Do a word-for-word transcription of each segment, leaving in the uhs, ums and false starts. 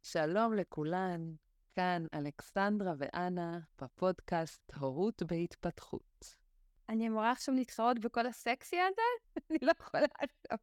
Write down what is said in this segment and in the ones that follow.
שלום לכולן, כאן אלכסנדרה ואנה בפודקאסט הורות בהתפתחות. אני אמורה עכשיו להתחרות בכל הסקסי הזה? אני לא יכולה עכשיו.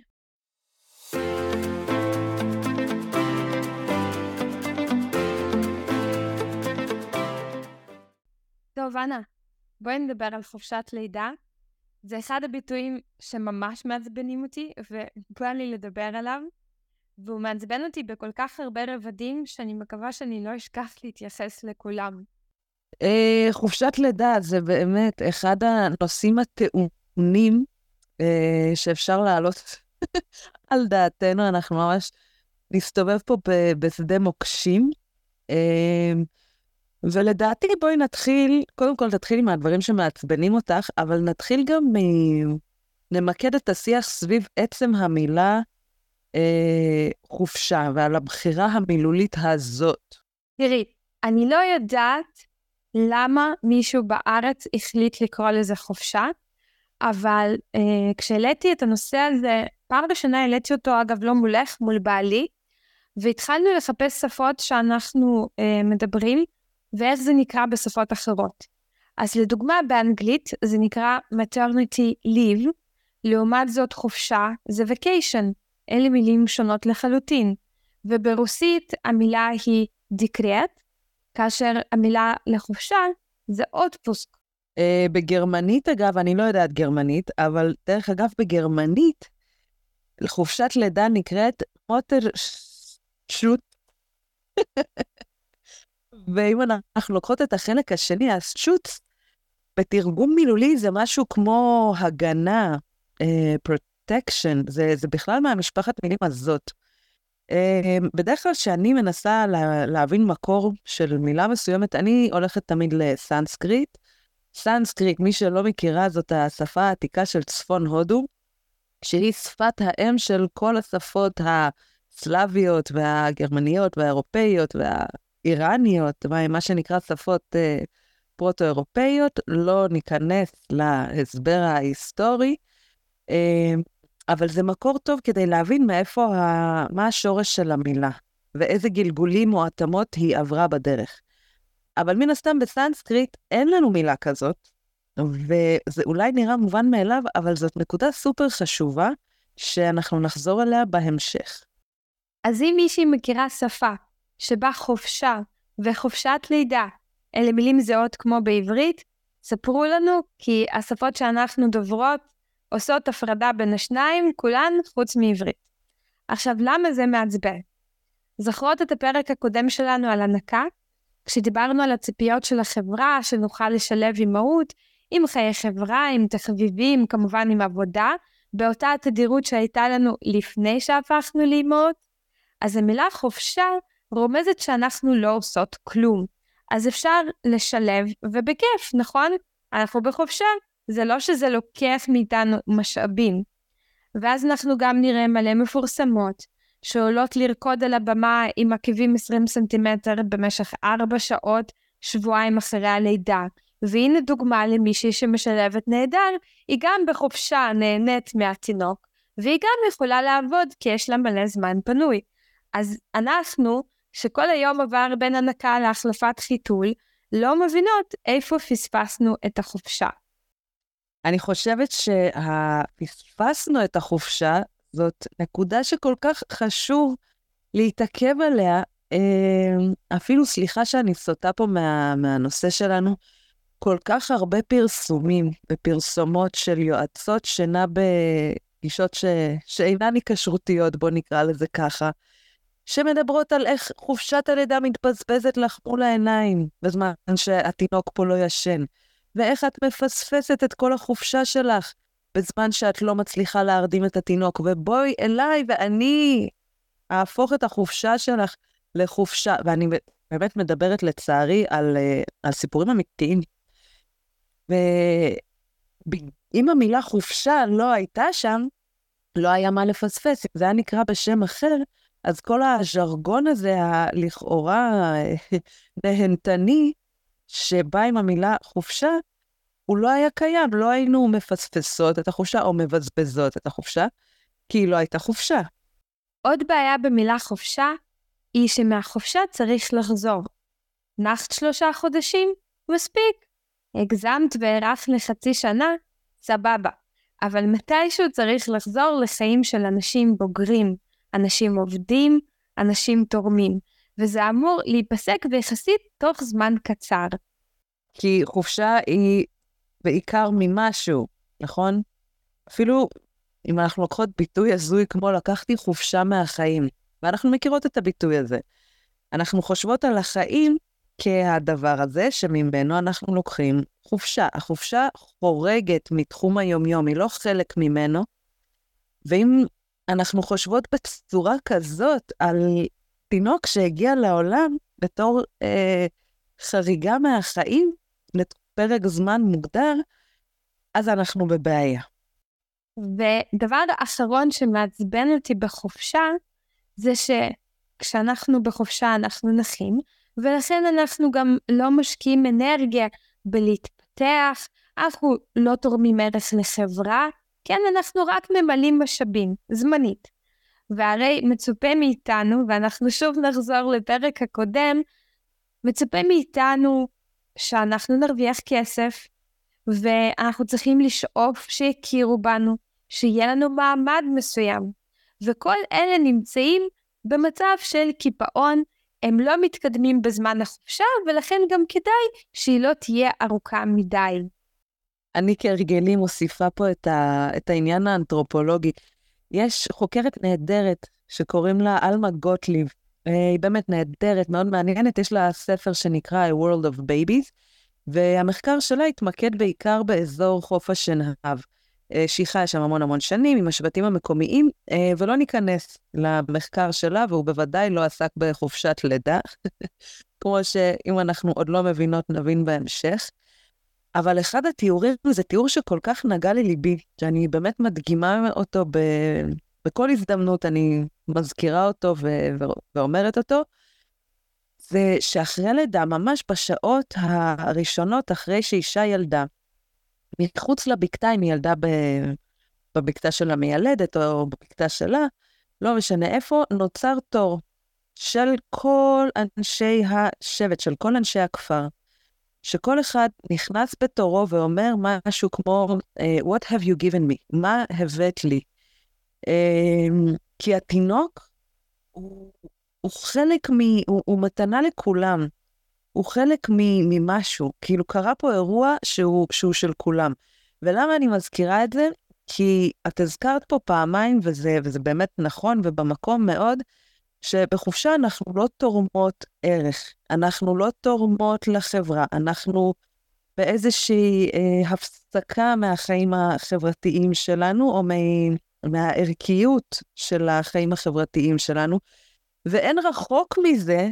טוב, אנה, בואי נדבר על חופשת לידה. זה אחד הביטויים שממש מעצבנים אותי, ובא לי לדבר עליו, והוא מעצבן אותי בכל כך הרבה רבדים, שאני מקווה שאני לא אשכח להתייחס לכולם. אה, חופשת לידה זה באמת אחד הנושאים הטעונים אה, שאפשר להעלות על דעתנו. אנחנו ממש נסתובב פה ב- בשדה מוקשים. אה, ולדעתי בואי נתחיל, קודם כל תתחילי מהדברים שמעצבנים אותך, אבל נתחיל גם מ... נמקד את השיח סביב עצם המילה אה, חופשה, ועל הבחירה המילולית הזאת. תראי, אני לא יודעת למה מישהו בארץ החליט לקרוא לזה חופשה, אבל אה, כשהעליתי את הנושא הזה, פעם ראשונה העליתי אותו אגב לא מולך, מול בעלי, והתחלנו לחפש שפות שאנחנו אה, מדברים, ואיך זה נקרא בשפות אחרות. אז לדוגמה באנגלית זה נקרא maternity leave, לעומת זאת חופשה זה vacation, אלה מילים שונות לחלוטין, וברוסית המילה היא דיקרט, כאשר המילה לחופשה זה אוטפוסק. אה, בגרמנית, אגב, אני לא יודעת גרמנית, אבל דרך אגב בגרמנית, חופשת לידה נקראת מוטר שוט, ואם אנחנו לוקחות את החלק השני, אז שוץ, בתרגום מילולי זה משהו כמו הגנה, אה, protection, זה, זה בכלל מהמשפחת מילים הזאת. אה, בדרך כלל שאני מנסה לה, להבין מקור של מילה מסוימת, אני הולכת תמיד לסנסקריט. סנסקריט, מי שלא מכירה, זאת השפה העתיקה של צפון הודו, שהיא שפת האם של כל השפות הסלאביות והגרמניות והאירופאיות והאיראניות, מה שנקרא שפות אה, פרוטו-אירופאיות. לא ניכנס להסבר ההיסטורי, אה, אבל זה מקור טוב כדי להבין מאיפה, ה... מה השורש של המילה, ואיזה גלגולים או התאמות היא עברה בדרך. אבל מן הסתם בסנסקריט אין לנו מילה כזאת, וזה אולי נראה מובן מאליו, אבל זאת נקודה סופר חשובה, שאנחנו נחזור אליה בהמשך. אז אם מישהי מכירה שפה שבה חופשה וחופשת לידה, אלה מילים זהות כמו בעברית, ספרו לנו, כי השפות שאנחנו דוברות עושות הפרדה בין השניים, כולן חוץ מעברית. עכשיו, למה זה מעצבן? זוכרות את הפרק הקודם שלנו על הנקה? כשדיברנו על הציפיות של החברה, שנוכל לשלב אימהות, עם חיי חברה, עם תחביבים, כמובן עם עבודה, באותה התדירות שהייתה לנו לפני שהפכנו לאימהות, אז המילה חופשה רומזת שאנחנו לא עושות כלום. אז אפשר לשלב ובכיף, נכון? אנחנו בחופשה, זה לא שזה לוקח מאיתנו משאבים. ואז אנחנו גם נראה מלא מפורסמות, שעולות לרקוד על הבמה עם עקבים עשרים סנטימטר במשך ארבע שעות, שבועיים אחרי הלידה. והנה דוגמה למישהי שמשלבת נהדר, היא גם בחופשה נהנית מהתינוק, והיא גם יכולה לעבוד כי יש לה מלא זמן פנוי. אז אנחנו, שכל היום עבר בין הנקה להחלפת חיתול, לא מבינות איפה פספסנו את החופשה. אני חושבת שהפספסנו את החופשה, זאת נקודה שכל כך חשוב להתעכב עליה. אפילו סליחה שאני סוטה פה מה, מהנושא שלנו, כל כך הרבה פרסומים ופרסומות של יועצות שינה בפגישות ש... שאינן היקשרותיות, בוא נקרא לזה ככה, שמדברות על איך חופשת הלידה מתבזבזת לך מול העיניים, בזמן שהתינוק פה לא ישן, ואיך את מפספסת את כל החופשה שלך, בזמן שאת לא מצליחה להרדים את התינוק, ובואי אליי ואני אהפוך את החופשה שלך לחופשה, ואני באמת מדברת לצערי על, על סיפורים אמיתיים. ואם המילה חופשה לא הייתה שם, לא היה מה לפספס. אם זה היה נקרא בשם אחר, אז כל הז'רגון הזה, לכאורה נהנתני, שבא עם המילה חופשה, הוא לא היה קיים. לא היינו מפספסות את החופשה, או מבזבזות את החופשה, כי היא לא הייתה חופשה. עוד בעיה במילה חופשה, היא שמהחופשה צריך לחזור. נחת שלושה חודשים? מספיק. הגזמת והארך לחצי שנה? סבבה. אבל מתישהו צריך לחזור לחיים של אנשים בוגרים, אנשים עובדים, אנשים תורמים, וזה אמור להיפסק ביחסית תוך זמן קצר. כי חופשה היא בעיקר ממשהו, נכון? אפילו אם אנחנו לוקחות ביטוי הזוי כמו לקחתי חופשה מהחיים, ואנחנו מכירות את הביטוי הזה. אנחנו חושבות על החיים כהדבר הזה שממנו אנחנו לוקחים חופשה. החופשה חורגת מתחום היומיום, היא לא חלק ממנו, ואם אנחנו חושבות בצורה כזאת על תינוק שהגיע לעולם בתור אה, חריגה מהחיים לפרק זמן מוגדר, אז אנחנו בבעיה. ודבר אחרון שמעצבן אותי בחופשה, זה שכשאנחנו בחופשה אנחנו נחים, ולכן אנחנו גם לא משקיעים אנרגיה בלהתפתח, אנחנו לא תורמים ערך לחברה, כן, אנחנו רק ממלאים משאבים, זמנית. והרי מצופה מאיתנו, ואנחנו שוב נחזור לפרק הקודם, מצופה מאיתנו שאנחנו נרוויח כסף, ואנחנו צריכים לשאוף שיכירו בנו, שיהיה לנו מעמד מסוים. וכל אלה נמצאים במצב של קיפאון, הם לא מתקדמים בזמן החופשה, ולכן גם כדאי שהיא לא תהיה ארוכה מדי. אני כהרגלי מוסיפה פה את, ה, את העניין האנתרופולוגי. יש חוקרת נהדרת שקוראים לה אלמה גוטליב. היא באמת נהדרת, מאוד מעניינת. יש לה ספר שנקרא A World of Babies, והמחקר שלה התמקד בעיקר באזור חוף השנהב. שהיא חיה שם המון המון שנים עם השבטים המקומיים, ולא ניכנס למחקר שלה, והוא בוודאי לא עסק בחופשת לידה, כמו שאם אנחנו עוד לא מבינות נבין בהמשך. אבל אחד התיאורים, זה תיאור שכל כך נגע לליבי, שאני באמת מדגימה אותו ב... בכל הזדמנות, אני מזכירה אותו ו... ואומרת אותו, זה שאחרי לידה, ממש בשעות הראשונות אחרי שאישה ילדה, מחוץ לבקתה, אם היא ילדה ב... בבקתה של המיילדת או בבקתה שלה, לא משנה איפה, נוצר תור של כל אנשי השבט, של כל אנשי הכפר, שכל אחד נכנס בתורו ואומר משהו כמו, what have you given me? מה הבאת לי? כי התינוק הוא, הוא חלק, מ, הוא, הוא מתנה לכולם, הוא חלק ממשהו, כאילו קרה פה אירוע שהוא, שהוא של כולם. ולמה אני מזכירה את זה? כי את הזכרת פה פעמיים, וזה, וזה באמת נכון ובמקום מאוד, שבחופשה אנחנו לא תורמות ערך, אנחנו לא תורמות לחברה, אנחנו באיזושהי אה, הפסקה מהחיים החברתיים שלנו, או מה, מהערכיות של החיים החברתיים שלנו, ואין רחוק מזה,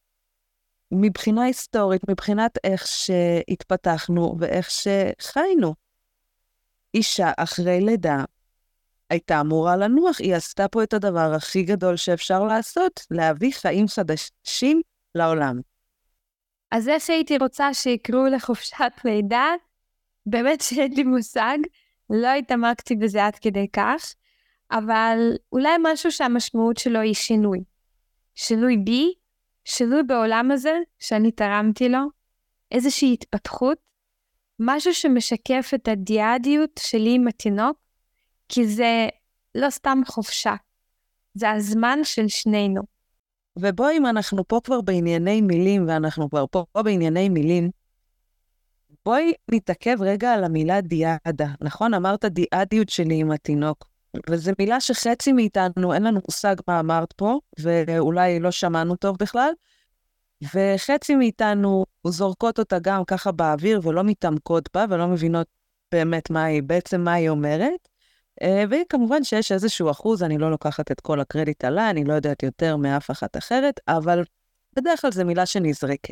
מבחינה היסטורית, מבחינת איך שהתפתחנו ואיך שחיינו. אישה אחרי לידה הייתה אמורה לנוח, היא עשתה פה את הדבר הכי גדול שאפשר לעשות, להביא חיים חדשים לעולם. אז איך הייתי רוצה שיקראו לחופשת לידה? באמת שאין לי מושג, לא התעמקתי בזה עד כדי כך, אבל אולי משהו שהמשמעות שלו היא שינוי. שינוי בי, שינוי בעולם הזה שאני תרמתי לו, איזושהי התפתחות, משהו שמשקף את הדיאדיות שלי עם התינוק, כי זה לא סתם חופשה, זה הזמן של שנינו. ובואי, אם אנחנו פה כבר בענייני מילים, ואנחנו כבר פה, פה בענייני מילים, בואי נתעכב רגע על המילה דיאדה. נכון? אמרת דיאדיות שלי עם התינוק, וזו מילה שחצי מאיתנו, אין לנו מושג מה אמרת פה, ואולי לא שמענו טוב בכלל, וחצי מאיתנו זורקות אותה גם ככה באוויר, ולא מתעמקות בה, ולא מבינות באמת מה היא, בעצם מה היא אומרת. וכמובן שיש איזשהו אחוז, אני לא לוקחת את כל הקרדיט עליי, אני לא יודעת יותר מאף אחת אחרת, אבל בדרך כלל זו מילה שנזרקת.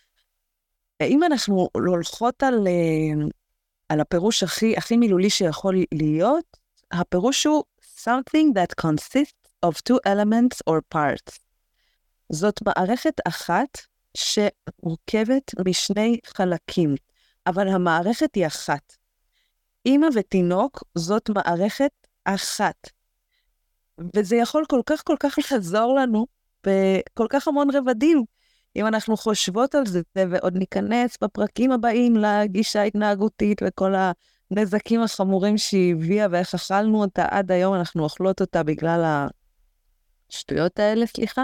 אם אנחנו הולכות על, על הפירוש הכי, הכי מילולי שיכול להיות, הפירוש הוא something that consists of two elements or parts. זאת מערכת אחת שמורכבת משני חלקים, אבל המערכת היא אחת. אמא ותינוק זאת מערכת אחת. וזה יכול כל כך כל כך לעזור לנו בכל כך המון רבדים. אם אנחנו חושבות על זה, ועוד ניכנס בפרקים הבאים לגישה ההתנהגותית וכל הנזקים החמורים שהיא הביאה, ואיך אכלנו אותה עד היום, אנחנו אוכלות אותה בגלל השטויות האלה, סליחה.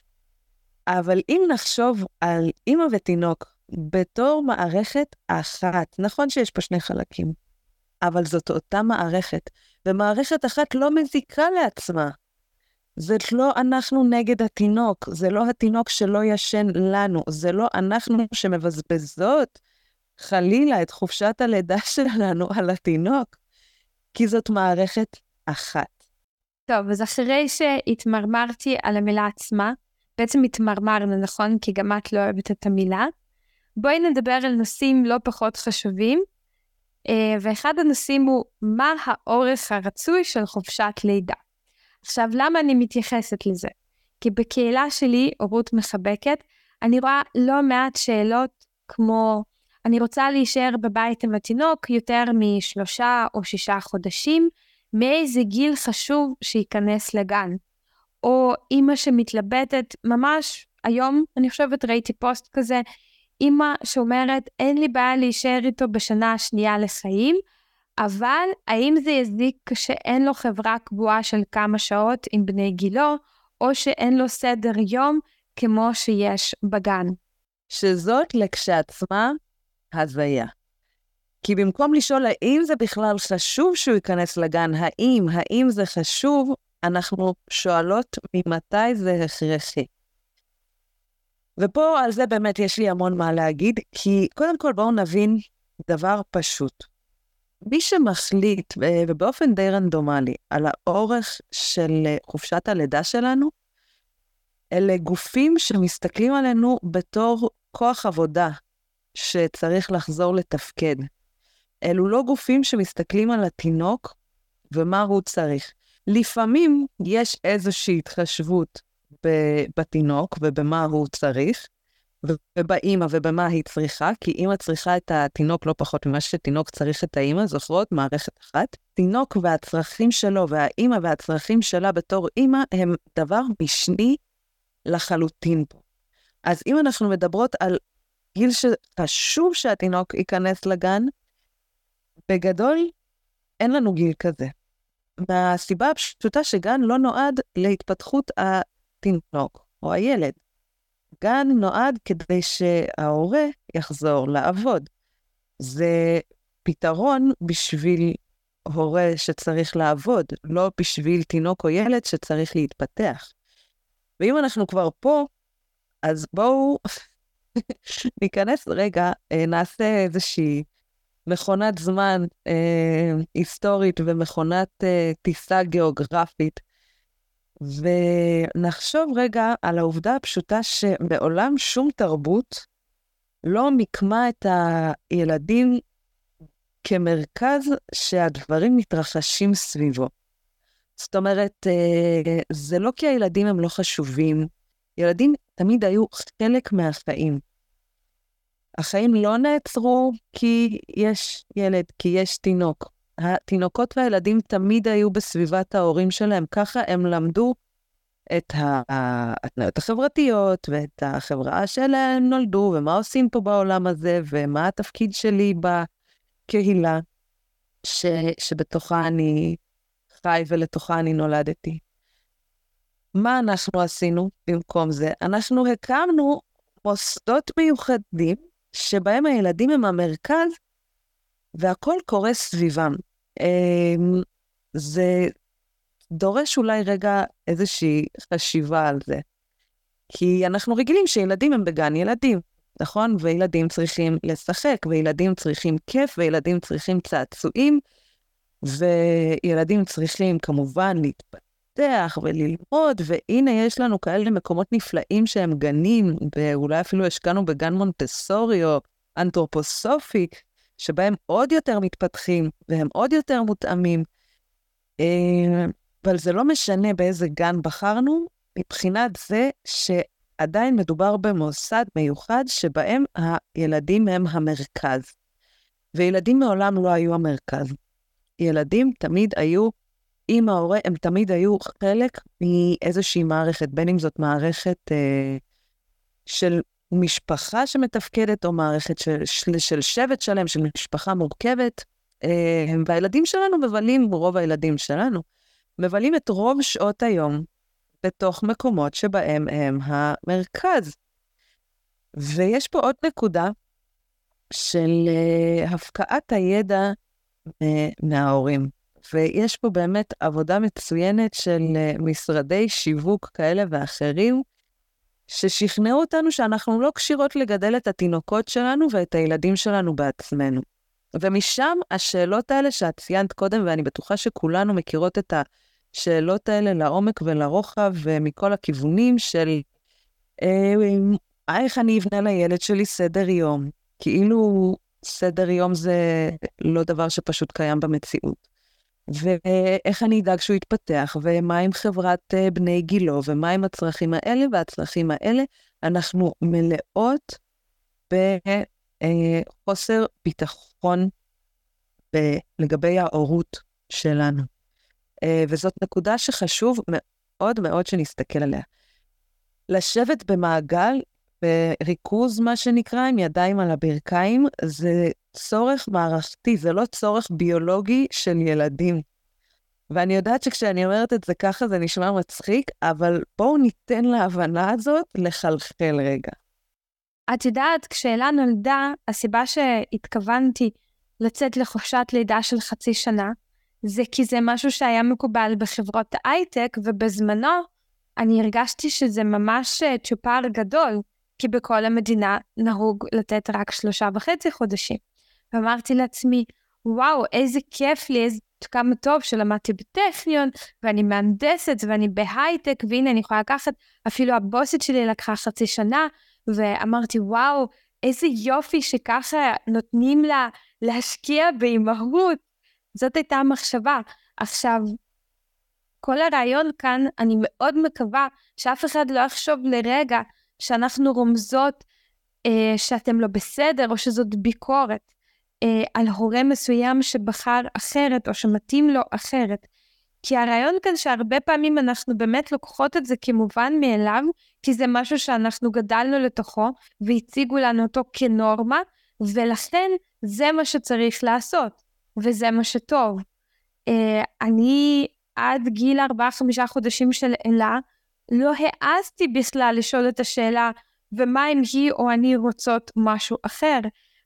אבל אם נחשוב על אמא ותינוק בתור מערכת אחת, נכון שיש פה שני חלקים, אבל זאת אותה מערכת, ומערכת אחת לא מזיקה לעצמה. זאת לא אנחנו נגד התינוק, זה לא התינוק שלא ישן לנו, זה לא אנחנו שמבזבזות חלילה את חופשת הלידה שלנו על התינוק, כי זאת מערכת אחת. טוב, אז אחרי שהתמרמרתי על המילה עצמה, בעצם התמרמרנו, נכון? כי גם את לא אוהבת את המילה. בואי נדבר על נושאים לא פחות חשובים, ואחד הנושאים הוא מה האורך הרצוי של חופשת לידה. עכשיו, למה אני מתייחסת לזה? כי בקהילה שלי, הורות מחבקת, אני רואה לא מעט שאלות כמו, אני רוצה להישאר בבית עם התינוק יותר משלושה או שישה חודשים, מאיזה גיל חשוב שייכנס לגן? או אמא שמתלבטת, ממש היום, אני חושבת, ראיתי פוסט כזה, אמא שאומרת, אין לי בעיה להישאר איתו בשנה השנייה לחיים, אבל האם זה יזיק שאין לו חברה קבועה של כמה שעות עם בני גילו, או שאין לו סדר יום כמו שיש בגן? שזאת לכשעצמה הזיה. כי במקום לשאול האם זה בכלל חשוב שהוא ייכנס לגן, האם, האם זה חשוב, אנחנו שואלות ממתי זה הכרחי. ופה על זה באמת יש לי המון מה להגיד, כי קודם כל בואו נבין דבר פשוט. מי שמחליט, ובאופן די רנדומלי, על האורך של חופשת הלידה שלנו, אלה גופים שמסתכלים עלינו בתור כוח עבודה שצריך לחזור לתפקד. אלו לא גופים שמסתכלים על התינוק ומה הוא צריך. לפעמים יש איזושהי התחשבות בתינוק ובמה הוא צריך, ובאמא ובמה היא צריכה, כי אמא צריכה את התינוק לא פחות ממה שתינוק צריך את האמא, זוכרות, מערכת אחת. תינוק והצרכים שלו והאמא והצרכים שלה בתור אמא הם דבר משני לחלוטין פה. אז אם אנחנו מדברות על גיל שחשוב שהתינוק ייכנס לגן, בגדול אין לנו גיל כזה. מהסיבה הפשוטה שגן לא נועד להתפתחות התינוק או הילד. גן נועד כדי שההורה יחזור לעבוד. זה פתרון בשביל הורה שצריך לעבוד, לא בשביל תינוק או ילד שצריך להתפתח. ואם אנחנו כבר פה, אז בואו ניכנס רגע, נעשה איזושהי מכונת זמן אה, היסטורית ומכונת אה, טיסה גיאוגרפית, ונחשוב רגע על העובדה הפשוטה שבעולם שום תרבות לא מיקמה את הילדים כמרכז שהדברים מתרחשים סביבו. זאת אומרת, זה לא כי הילדים הם לא חשובים, ילדים תמיד היו חלק מהחיים. החיים לא נעצרו כי יש ילד, כי יש תינוק. התינוקות והילדים תמיד היו בסביבת ההורים שלהם, ככה הם למדו את ההתניות החברתיות ואת החברה שלהם נולדו, ומה עושים פה בעולם הזה, ומה התפקיד שלי בקהילה ש, שבתוכה אני חי ולתוכה אני נולדתי. מה אנחנו עשינו במקום זה? אנחנו הקמנו מוסדות מיוחדים שבהם הילדים הם המרכז והכל קורה סביבם. זה דורש אולי רגע איזושהי חשיבה על זה. כי אנחנו רגילים שילדים הם בגן ילדים, נכון? וילדים צריכים לשחק, וילדים צריכים כיף, וילדים צריכים צעצועים, וילדים צריכים כמובן להתפתח וללמוד, והנה יש לנו כאלה מקומות נפלאים שהם גנים, ואולי אפילו השקענו בגן מונטסורי או אנתרופוסופי, שבהם עוד יותר מתפתחים, והם עוד יותר מותאמים. אבל זה לא משנה באיזה גן בחרנו, מבחינת זה שעדיין מדובר במוסד מיוחד, שבהם הילדים הם המרכז. וילדים מעולם לא היו המרכז. ילדים תמיד היו עם ההורה, הם תמיד היו חלק מאיזושהי מערכת, בין אם זאת מערכת אה, של משפחה שמתפקדת, או מערכת של, של, של שבט שלם, של משפחה מורכבת, אה, והילדים שלנו מבלים, רוב הילדים שלנו, מבלים את רוב שעות היום, בתוך מקומות שבהם הם המרכז. ויש פה עוד נקודה, של uh, הפקעת הידע uh, מההורים. ויש פה באמת עבודה מצוינת של uh, משרדי שיווק כאלה ואחרים, ששכנעו אותנו שאנחנו לא קשירות לגדל את התינוקות שלנו ואת הילדים שלנו בעצמנו. ומשם השאלות האלה שאת ציינת קודם, ואני בטוחה שכולנו מכירות את השאלות האלה לעומק ולרוחב, ומכל הכיוונים של אה, איך אני אבנה לילד שלי סדר יום. כאילו סדר יום זה לא דבר שפשוט קיים במציאות. ואיך אני אדאג שהוא יתפתח, ומה עם חברת בני גילו, ומה עם הצרכים האלה והצרכים האלה, אנחנו מלאות בחוסר ביטחון לגבי ההורות שלנו. וזאת נקודה שחשוב מאוד מאוד שנסתכל עליה. לשבת במעגל, בריכוז מה שנקרא, עם ידיים על הברכיים, זה צורך מערכתי, זה לא צורך ביולוגי של ילדים. ואני יודעת שכשאני אומרת את זה ככה, זה נשמע מצחיק, אבל בואו ניתן להבנה הזאת לחלחל רגע. את יודעת, כשאלה נולדה, הסיבה שהתכוונתי לצאת לחופשת לידה של חצי שנה, זה כי זה משהו שהיה מקובל בחברות ההייטק, ובזמנו אני הרגשתי שזה ממש צ'ופר גדול, כי בכל המדינה נהוג לתת רק שלושה וחצי חודשים. ואמרתי לעצמי, וואו, איזה כיף לי, איזה כמה טוב שלמדתי בטכניון, ואני מהנדסת, ואני בהייטק, והנה אני יכולה לקחת, אפילו הבוסית שלי לקחה חצי שנה, ואמרתי, וואו, איזה יופי שככה נותנים לה להשקיע באימהות. זאת הייתה המחשבה. עכשיו, כל הרעיון כאן, אני מאוד מקווה שאף אחד לא יחשוב לרגע שאנחנו רומזות אה, שאתם לא בסדר, או שזאת ביקורת אה, על הורה מסוים שבחר אחרת, או שמתאים לו אחרת. כי הרעיון כאן שהרבה פעמים אנחנו באמת לוקחות את זה כמובן מאליו, כי זה משהו שאנחנו גדלנו לתוכו, והציגו לנו אותו כנורמה, ולכן זה מה שצריך לעשות, וזה מה שטוב. אה, אני עד גיל ארבעה חמישה חודשים של אלה, לא העזתי בכלל לשאול את השאלה, ומה אם היא או אני רוצות משהו אחר.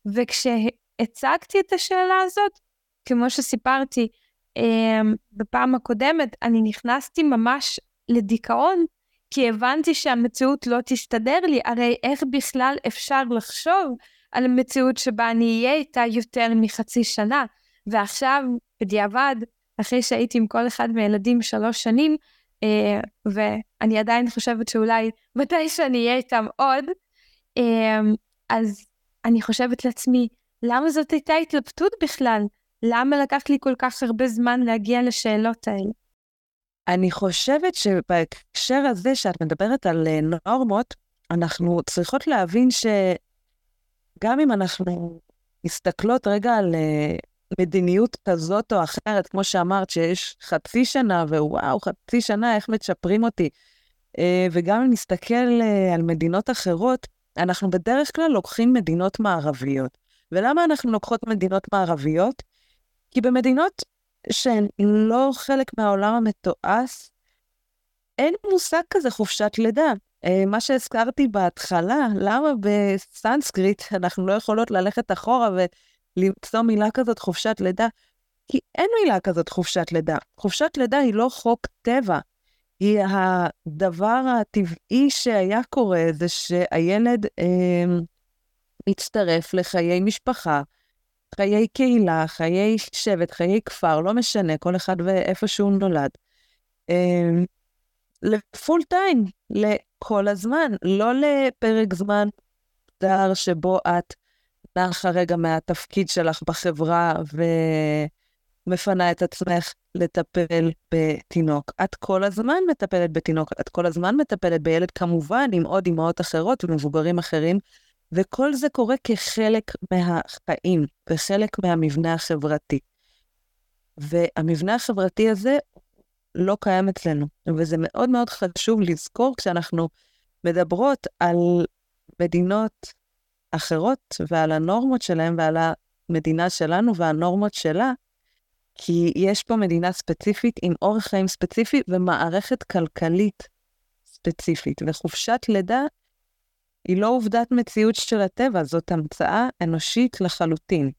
וכשהצגתי את השאלה הזאת, כמו שסיפרתי אה, בפעם הקודמת, אני נכנסתי ממש לדיכאון, כי הבנתי שהמציאות לא תסתדר לי, הרי איך בכלל אפשר לחשוב על המציאות שבה אני אהיה איתה יותר מחצי שנה, ועכשיו בדיעבד, אחרי שהייתי עם כל אחד מהילדים שלוש שנים, Uh, ואני עדיין חושבת שאולי מתי שאני אהיה איתם עוד, uh, אז אני חושבת לעצמי, למה זאת הייתה התלבטות בכלל? למה לקח לי כל כך הרבה זמן להגיע לשאלות האלה? אני חושבת שבהקשר הזה שאת מדברת על נורמות, אנחנו צריכות להבין שגם אם אנחנו מסתכלות רגע על מדיניות כזאת או אחרת, כמו שאמרת, שיש חצי שנה, ווואו, חצי שנה, איך מצ'פרים אותי. וגם אם נסתכל על מדינות אחרות, אנחנו בדרך כלל לוקחים מדינות מערביות. ולמה אנחנו לוקחות מדינות מערביות? כי במדינות שהן לא חלק מהעולם המתועש, אין מושג כזה חופשת לידה. מה שהזכרתי בהתחלה, למה בסנסקריט אנחנו לא יכולות ללכת אחורה ו... למצוא מילה כזאת חופשת לידה, כי אין מילה כזאת חופשת לידה. חופשת לידה היא לא חוק טבע, היא הדבר הטבעי שהיה קורה, זה שהילד אה, מצטרף לחיי משפחה, חיי קהילה, חיי שבט, חיי כפר, לא משנה, כל אחד ואיפה שהוא נולד. אה, לפול טיים, לכל הזמן, לא לפרק זמן דר שבו את נחה רגע מהתפקיד שלך בחברה ומפנה את עצמך לטפל בתינוק. את כל הזמן מטפלת בתינוק, את כל הזמן מטפלת בילד כמובן עם עוד אמהות אחרות ומבוגרים אחרים, וכל זה קורה כחלק מהחיים וחלק מהמבנה החברתי. והמבנה החברתי הזה לא קיים אצלנו. וזה מאוד מאוד חשוב לזכור כשאנחנו מדברות על מדינות אחרות ועל הנורמות שלהם ועל המדינה שלנו והנורמות שלה, כי יש פה מדינה ספציפית עם אורח חיים ספציפי ומערכת כלכלית ספציפית, וחופשת לידה היא לא עובדת מציאות של הטבע, זאת המצאה אנושית לחלוטין.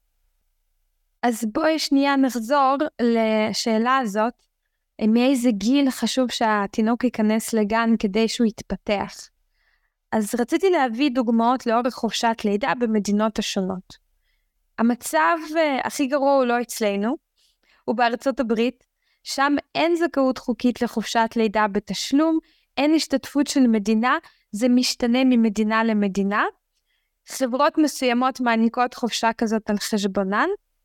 אז בואי שנייה נחזור לשאלה הזאת, מאיזה גיל חשוב שהתינוק ייכנס לגן כדי שהוא יתפתח. אז רציתי להביא דוגמאות לאורך חופשת לידה במדינות השונות. המצב הכי גרוע הוא לא אצלנו, הוא בארצות הברית, שם אין זכאות חוקית לחופשת לידה בתשלום, אין השתתפות של מדינה, זה משתנה ממדינה למדינה. חברות מסוימות מעניקות חופשה כזאת על חשבונן,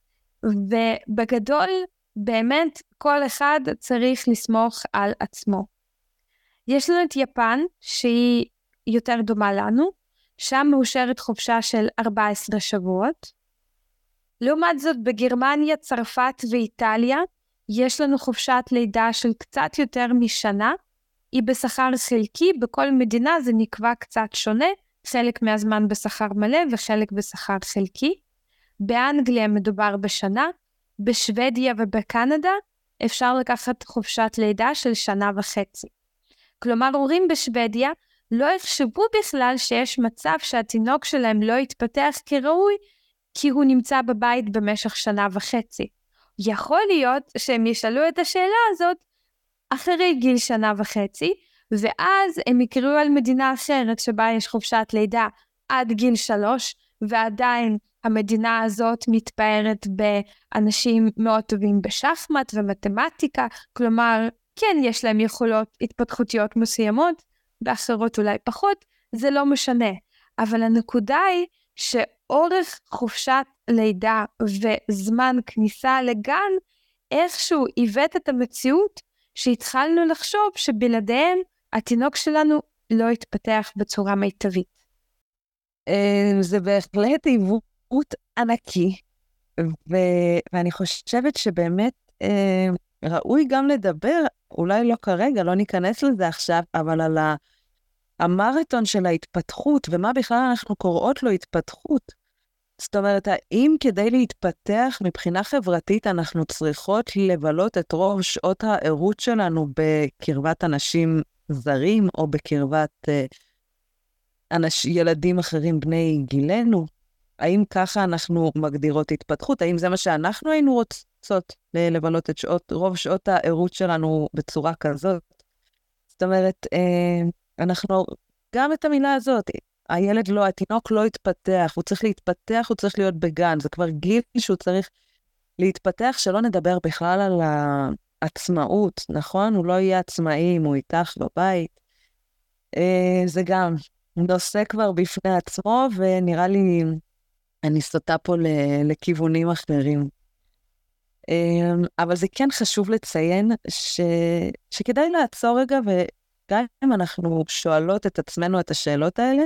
ובגדול באמת כל אחד צריך לסמוך על עצמו. יש לנו את יפן שהיא יותר דומה לנו, שם מאושרת חופשה של ארבעה עשר שבועות. לעומת זאת בגרמניה, צרפת ואיטליה יש לנו חופשת לידה של קצת יותר משנה, היא בשכר חלקי, בכל מדינה זה נקבע קצת שונה, חלק מהזמן בשכר מלא וחלק בשכר חלקי. באנגליה מדובר בשנה, בשוודיה ובקנדה אפשר לקחת חופשת לידה של שנה וחצי. כלומר, הורים בשוודיה לא יחשבו בכלל שיש מצב שהתינוק שלהם לא יתפתח כראוי, כי הוא נמצא בבית במשך שנה וחצי. יכול להיות שהם ישאלו את השאלה הזאת אחרי גיל שנה וחצי, ואז הם יקראו על מדינה אחרת שבה יש חופשת לידה עד גיל שלוש, ועדיין המדינה הזאת מתפארת באנשים מאוד טובים בשחמט ומתמטיקה, כלומר, כן יש להם יכולות התפתחותיות מסוימות, באחרות אולי פחות, זה לא משנה. אבל הנקודה היא שאורך חופשת לידה וזמן כניסה לגן, איכשהו עיוות את המציאות שהתחלנו לחשוב שבלעדיהם התינוק שלנו לא יתפתח בצורה מיטבית. זה בהחלט עיוות ענקי, ו- ואני חושבת שבאמת אה, ראוי גם לדבר, אולי לא כרגע, לא ניכנס לזה עכשיו, אבל על ה- המרתון של ההתפתחות, ומה בכלל אנחנו קוראות לו התפתחות. זאת אומרת, האם כדי להתפתח מבחינה חברתית אנחנו צריכות לבלות את רוב שעות הערות שלנו בקרבת אנשים זרים, או בקרבת אה, אנש, ילדים אחרים בני גילנו? האם ככה אנחנו מגדירות התפתחות? האם זה מה שאנחנו היינו רוצות לבלות את שעות, רוב שעות הערות שלנו בצורה כזאת? זאת אומרת, אה, אנחנו, גם את המילה הזאת, הילד לא, התינוק לא יתפתח, הוא צריך להתפתח, הוא צריך להיות בגן, זה כבר גיל שהוא צריך להתפתח, שלא נדבר בכלל על העצמאות, נכון? הוא לא יהיה עצמאי אם הוא איתך בבית. אה, זה גם נושא כבר בפני עצמו, ונראה לי, אני סוטה פה לכיוונים אחרים. אבל זה כן חשוב לציין ש... שכדאי לעצור רגע, וגם אם אנחנו שואלות את עצמנו את השאלות האלה,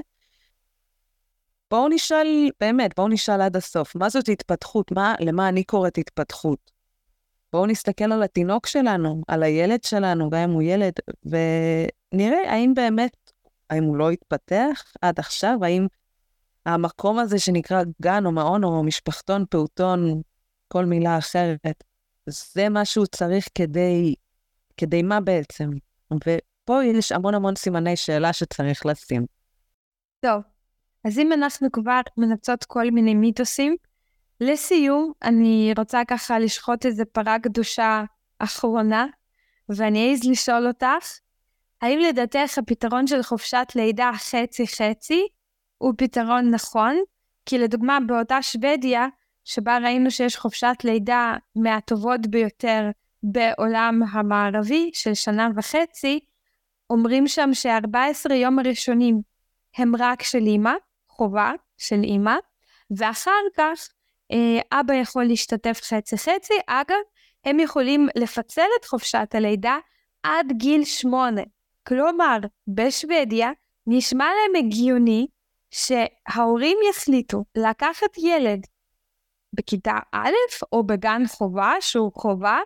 בואו נשאל, באמת, בואו נשאל עד הסוף, מה זאת התפתחות? מה, למה אני קוראת התפתחות? בואו נסתכל על התינוק שלנו, על הילד שלנו, גם אם הוא ילד, ונראה האם באמת, האם הוא לא התפתח עד עכשיו, האם המקום הזה שנקרא גן או מעון או משפחתון, פעוטון, כל מילה אחרת, זה מה שהוא צריך כדי, כדי מה בעצם? ופה יש המון המון סימני שאלה שצריך לשים. טוב, אז אם אנחנו כבר מנפצות כל מיני מיתוסים, לסיום אני רוצה ככה לשחוט איזה פרה קדושה אחרונה, ואני אעז לשאול אותך, האם לדעתך הפתרון של חופשת לידה חצי-חצי הוא פתרון נכון? כי לדוגמה באותה שוודיה, שבה ראינו שיש חופשת לידה מהטובות ביותר בעולם המערבי של שנה וחצי, אומרים שם ש-ארבעה עשר יום הראשונים הם רק של אמא, חובה של אמא, ואחר כך אה, אבא יכול להשתתף חצי-חצי, אגב, הם יכולים לפצל את חופשת הלידה עד גיל שמונה. כלומר, בשוודיה נשמע להם הגיוני שההורים יחליטו לקחת ילד בכיתה א' או בגן חובה שהוא חובה,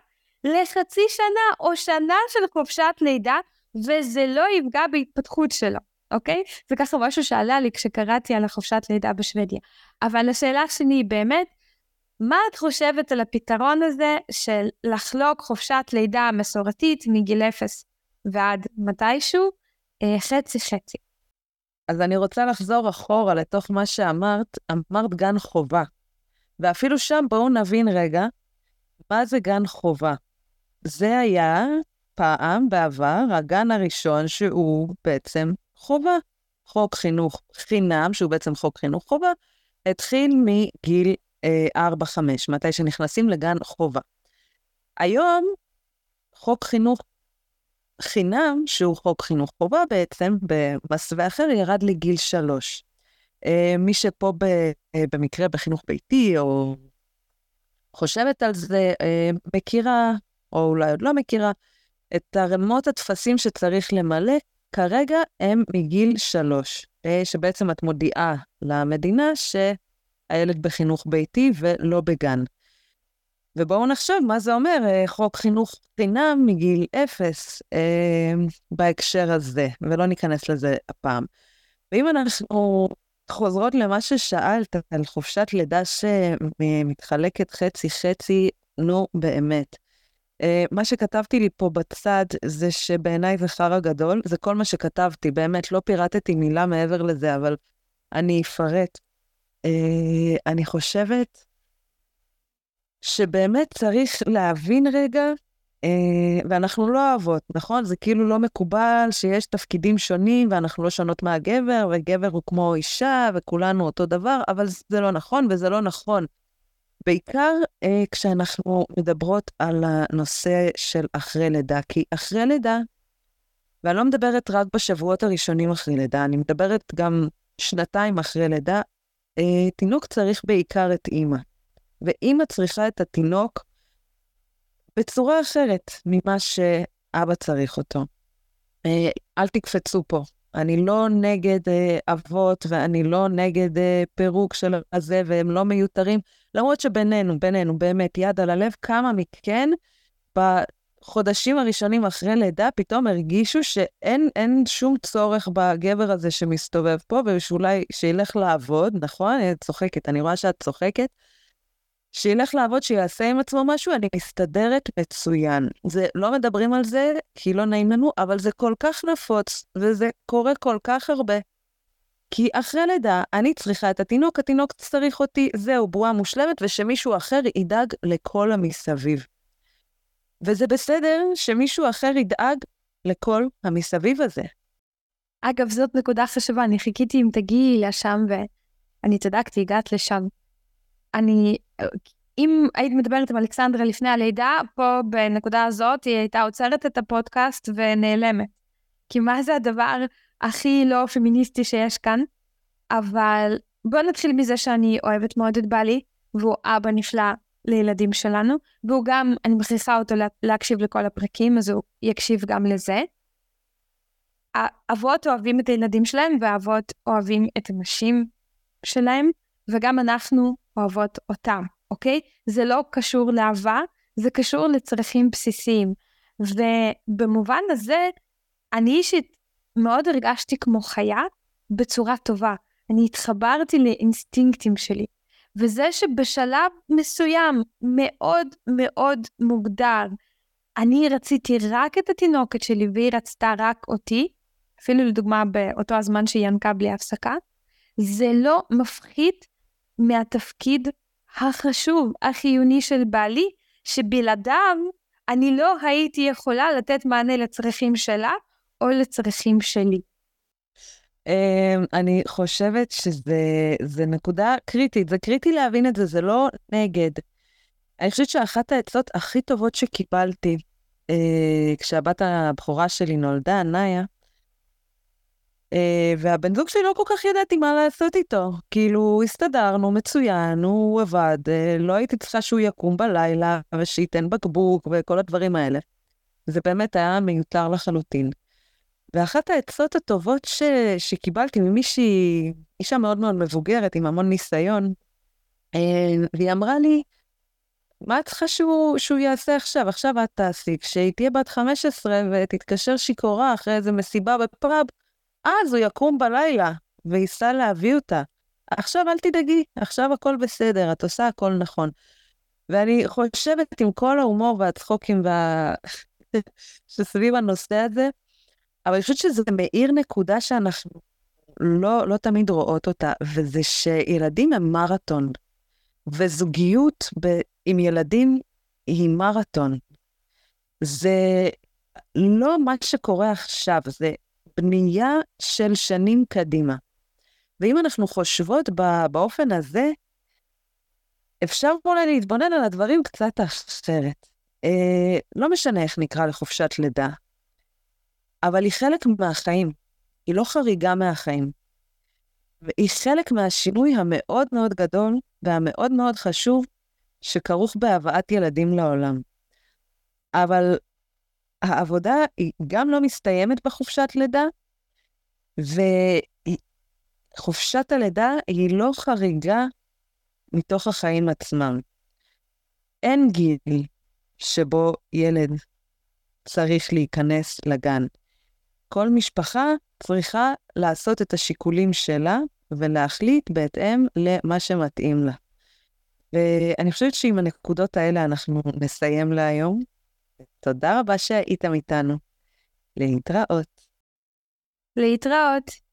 לחצי שנה או שנה של חופשת לידה, וזה לא יפגע בהתפתחות שלו, אוקיי? זה ככה משהו שעלה לי כשקראתי על החופשת לידה בשוודיה. אבל השאלה שלי היא באמת, מה את חושבת על הפתרון הזה של לחלוק חופשת לידה מסורתית מגיל אפס ועד מתישהו, אה, חצי חצי? אז אני רוצה לחזור אחורה לתוך מה שאמרת, אמרת גן חובה. ואפילו שם בואו נבין רגע, מה זה גן חובה? זה היה פעם בעבר הגן הראשון שהוא בעצם חובה. חוק חינוך חינם, שהוא בעצם חוק חינוך חובה, התחיל מגיל ארבע חמש, מתי שנכנסים לגן חובה. היום, חוק חינוך חינם, שהוא חוק חינוך חובה בעצם, במסווה אחר, ירד לגיל שלוש. מי שפה במקרה בחינוך ביתי, או חושבת על זה, מכירה, או אולי עוד לא מכירה, את הרמות התפסים שצריך למלא, כרגע הם מגיל שלוש, שבעצם את מודיעה למדינה שהילד בחינוך ביתי ולא בגן. ובואו נחשוב מה זה אומר, חוק חינוך חינם מגיל אפס אה, בהקשר הזה, ולא ניכנס לזה הפעם. ואם אנחנו חוזרות למה ששאלת על חופשת לידה שמתחלקת חצי-חצי, נו באמת. אה, מה שכתבתי לי פה בצד זה שבעיניי זה חרא גדול, זה כל מה שכתבתי, באמת לא פירטתי מילה מעבר לזה, אבל אני אפרט. אה, אני חושבת שבאמת צריך להבין רגע, אה, ואנחנו לא אוהבות, נכון? זה כאילו לא מקובל שיש תפקידים שונים, ואנחנו לא שונות מהגבר, וגבר הוא כמו אישה, וכולנו אותו דבר, אבל זה לא נכון, וזה לא נכון. בעיקר אה, כשאנחנו מדברות על הנושא של אחרי לידה, כי אחרי לידה, ואני לא מדברת רק בשבועות הראשונים אחרי לידה, אני מדברת גם שנתיים אחרי לידה, אה, תינוק צריך בעיקר את אימא. ואמא צריכה את התינוק בצורה אחרת ממה שאבא צריך אותו. אל תקפצו פה. אני לא נגד אבות, ואני לא נגד פירוק של הזה, והם לא מיותרים, למרות שבינינו, בינינו, באמת, יד על הלב, כמה מכן, בחודשים הראשונים אחרי לידה, פתאום הרגישו שאין אין שום צורך בגבר הזה שמסתובב פה, ושאולי שילך לעבוד, נכון? אני צוחקת, אני רואה שאת צוחקת, שילך לעבוד, שיעשה עם עצמו משהו, אני מסתדרת מצוין. זה, לא מדברים על זה, כי לא נעים לנו, אבל זה כל כך נפוץ, וזה קורה כל כך הרבה. כי אחרי לידה, אני צריכה את התינוק, התינוק צריך אותי, זהו, בועה מושלמת, ושמישהו אחר ידאג לכל המסביב. וזה בסדר שמישהו אחר ידאג לכל המסביב הזה. אגב, זאת נקודה חשובה, אני חיכיתי אם תגיעי לשם, ואני צדקתי, הגעת לשם. אני, אם היית מדברת עם אלכסנדרה לפני הלידה, פה בנקודה הזאת, היא הייתה עוצרת את הפודקאסט ונעלמת. כי מה זה הדבר הכי לא פמיניסטי שיש כאן? אבל בואו נתחיל מזה שאני אוהבת מאוד את בעלי, והוא אבא נפלא לילדים שלנו, והוא גם, אני מכריחה אותו להקשיב לכל הפרקים, אז הוא יקשיב גם לזה. האבות אוהבים את הילדים שלהם, והאבות אוהבים את הנשים שלהם, וגם אנחנו אוהבות אותם, אוקיי? זה לא קשור לאהבה, זה קשור לצרכים בסיסיים. ובמובן הזה, אני אישית מאוד הרגשתי כמו חיה בצורה טובה. אני התחברתי לאינסטינקטים שלי. וזה שבשלב מסוים, מאוד מאוד מוגדר, אני רציתי רק את התינוקת שלי, והיא רצתה רק אותי, אפילו לדוגמה באותו הזמן שהיא ינקה בלי הפסקה, זה לא מפחית מהתפקיד החשוב, החיוני של בעלי, שבלעדיו אני לא הייתי יכולה לתת מענה לצרכים שלה, או לצרכים שלי. אני חושבת שזה נקודה קריטית, זה קריטי להבין את זה, זה לא נגד. אני חושבת שאחת העצות הכי טובות שקיבלתי, כשהבת הבכורה שלי נולדה, נאיה, והבן זוג שלי לא כל כך ידעתי מה לעשות איתו. כאילו, הסתדרנו, מצוין, הוא עבד, לא הייתי צריכה שהוא יקום בלילה, ושייתן בקבוק וכל הדברים האלה. זה באמת היה מיותר לחלוטין. ואחת העצות הטובות ש... שקיבלתי ממישהי, אישה מאוד מאוד מבוגרת, עם המון ניסיון, והיא אמרה לי, מה את צריכה שהוא, שהוא יעשה עכשיו? עכשיו את תעשי, כשהיא תהיה בת חמש עשרה ותתקשר שיכורה אחרי איזה מסיבה בפראב, אז הוא יקום בלילה וייסע להביא אותה. עכשיו אל תדאגי, עכשיו הכל בסדר, את עושה הכל נכון. ואני חושבת עם כל ההומור והצחוקים וה... שסביב הנושא הזה, אבל אני חושבת שזה מאיר נקודה שאנחנו לא, לא תמיד רואות אותה, וזה שילדים הם מרתון, וזוגיות ב... עם ילדים היא מרתון. זה לא מה שקורה עכשיו, זה בנייה של שנים קדימה. ואם אנחנו חושבות באופן הזה, אפשר אולי להתבונן על הדברים קצת אחרת. אה, לא משנה איך נקרא לחופשת לידה, אבל היא חלק מהחיים, היא לא חריגה מהחיים. והיא חלק מהשינוי המאוד מאוד גדול והמאוד מאוד חשוב שכרוך בהבאת ילדים לעולם. אבל העבודה היא גם לא מסתיימת בחופשת לידה, וחופשת הלידה היא לא חריגה מתוך החיים עצמם. אין גיל שבו ילד צריך להיכנס לגן. כל משפחה צריכה לעשות את השיקולים שלה, ולהחליט בהתאם למה שמתאים לה. ואני חושבת שעם הנקודות האלה אנחנו נסיים להיום. תודה רבה שהייתם איתנו. להתראות. להתראות.